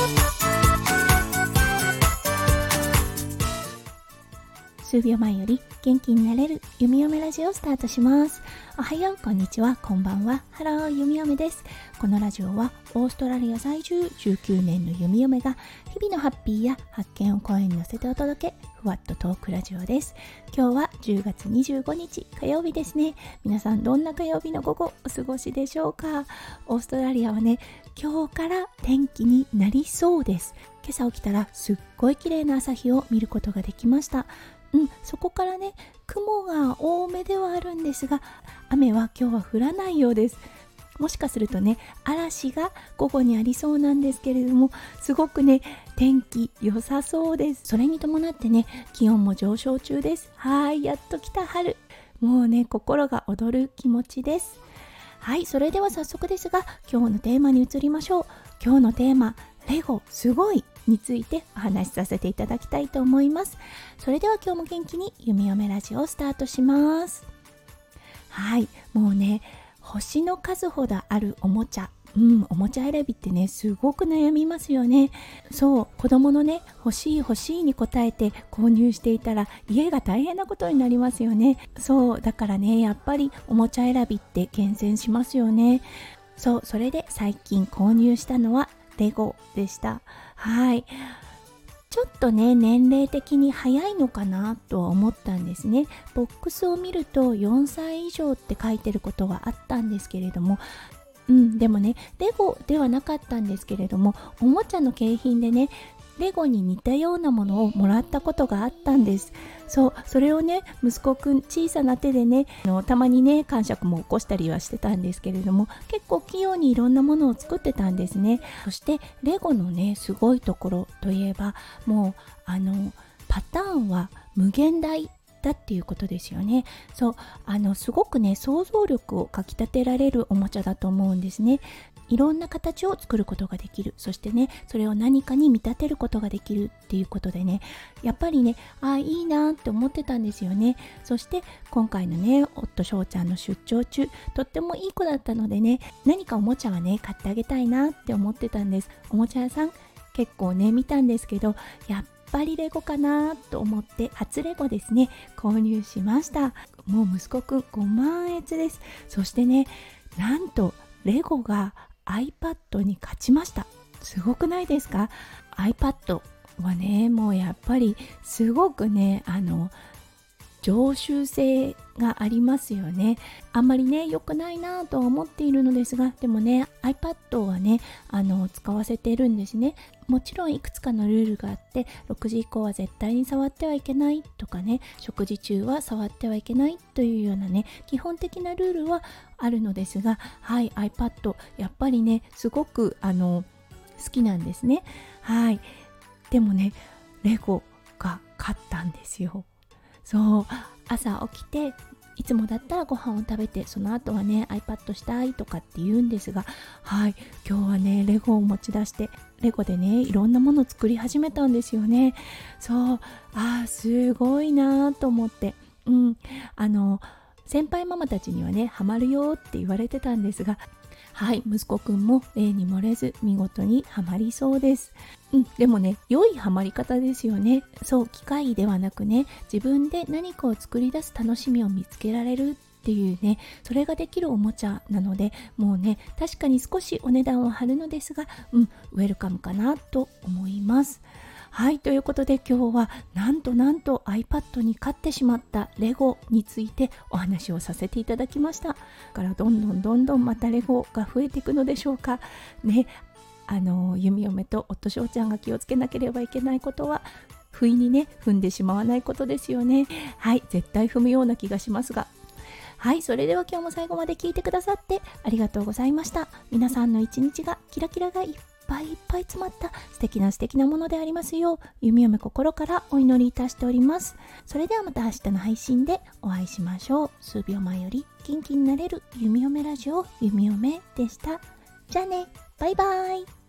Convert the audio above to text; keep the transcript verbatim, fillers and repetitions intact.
数秒前より元気になれる弓嫁ラジオをスタートします。おはよう、こんにちは、こんばんは。ハロー、弓嫁です。このラジオはオーストラリア在住じゅうきゅうねんの弓嫁が日々のハッピーや発見を声に乗せてお届け、ふわっとトークラジオです。今日はじゅうがつにじゅうごにち火曜日ですね。皆さんどんな火曜日の午後お過ごしでしょうか。オーストラリアはね、今日から天気になりそうです。今朝起きたらすっごい綺麗な朝日を見ることができました。うん、そこからね、雲が多めではあるんですが、雨は今日は降らないようです。もしかするとね、嵐が午後にありそうなんですけれども、すごくね、天気良さそうです。それに伴ってね、気温も上昇中です。はい、やっと来た春。もうね、心が躍る気持ちです。はい、それでは早速ですが、今日のテーマに移りましょう。今日のテーマ、レゴすごいについてお話しさせていただきたいと思います。それでは今日も元気に弓嫁ラジオをスタートします。はい、もうね、星の数ほどあるおもちゃ、うん、おもちゃ選びってね、すごく悩みますよね。そう、子供のね、欲しい欲しいに応えて購入していたら家が大変なことになりますよね。そう、だからね、やっぱりおもちゃ選びって厳選しますよね。そう、それで最近購入したのはレゴでした。はい。ちょっとね、年齢的に早いのかなとは思ったんですね。ボックスを見るとよんさい以上って書いてることはあったんですけれども、うん、でもね、レゴではなかったんですけれども、おもちゃの景品でね、レゴに似たようなものをもらったことがあったんです。そう、それをね、息子くん小さな手でね、あのたまにね、感触も起こしたりはしてたんですけれども、結構器用にいろんなものを作ってたんですね。そしてレゴのね、すごいところといえば、もうあのパターンは無限大だっていうことですよね。そう、あのすごくね、想像力をかきたてられるおもちゃだと思うんですね。いろんな形を作ることができる。そしてね、それを何かに見立てることができるっていうことでね、やっぱりね、ああいいなって思ってたんですよね。そして今回のね、夫翔ちゃんの出張中、とってもいい子だったのでね、何かおもちゃはね、買ってあげたいなって思ってたんです。おもちゃ屋さん結構ね、見たんですけど、やっぱりレゴかなと思って初レゴですね、購入しました。もう息子くんごまんえつです。そしてね、なんとレゴがiPad に勝ちました。すごくないですか？ iPad はね、もうやっぱりすごくね、あの常習性がありますよね。あんまりね、良くないなとは思っているのですが、でもね、iPad はね、あの使わせてるんですね。もちろんいくつかのルールがあって、ろくじ以降は絶対に触ってはいけないとかね、食事中は触ってはいけないというようなね、基本的なルールはあるのですが、はい、iPad やっぱりね、すごくあの好きなんですね。はい。でもね、レゴが勝ったんですよ。そう、朝起きていつもだったらご飯を食べて、その後はね iPad したいとかって言うんですが、はい、今日はねレゴを持ち出して、レゴでねいろんなものを作り始めたんですよね。そう、あーすごいなと思って、うん、あの先輩ママたちにはねハマるよって言われてたんですが、はい、息子くんも例に漏れず見事にハマりそうです。うん、でもね、良いハマり方ですよね。そう、機械ではなくね、自分で何かを作り出す楽しみを見つけられるっていうね、それができるおもちゃなので、もうね、確かに少しお値段は張るのですが、うん、ウェルカムかなと思います。はい、ということで今日はなんとなんと iPad に勝ってしまったレゴについてお話をさせていただきました。だからどんどんどんどんまたレゴが増えていくのでしょうかね。あの弓嫁と夫翔ちゃんが気をつけなければいけないことは、不意にね踏んでしまわないことですよね。はい、絶対踏むような気がしますが、はい、それでは今日も最後まで聞いてくださってありがとうございました。皆さんの一日がキラキラがいっぱいいっぱい詰まった素敵な素敵なものでありますよう、弓嫁心からお祈りいたしております。それではまた明日の配信でお会いしましょう。数秒前より元気になれる弓嫁ラジオ、弓嫁でした。じゃあね、バイバイ。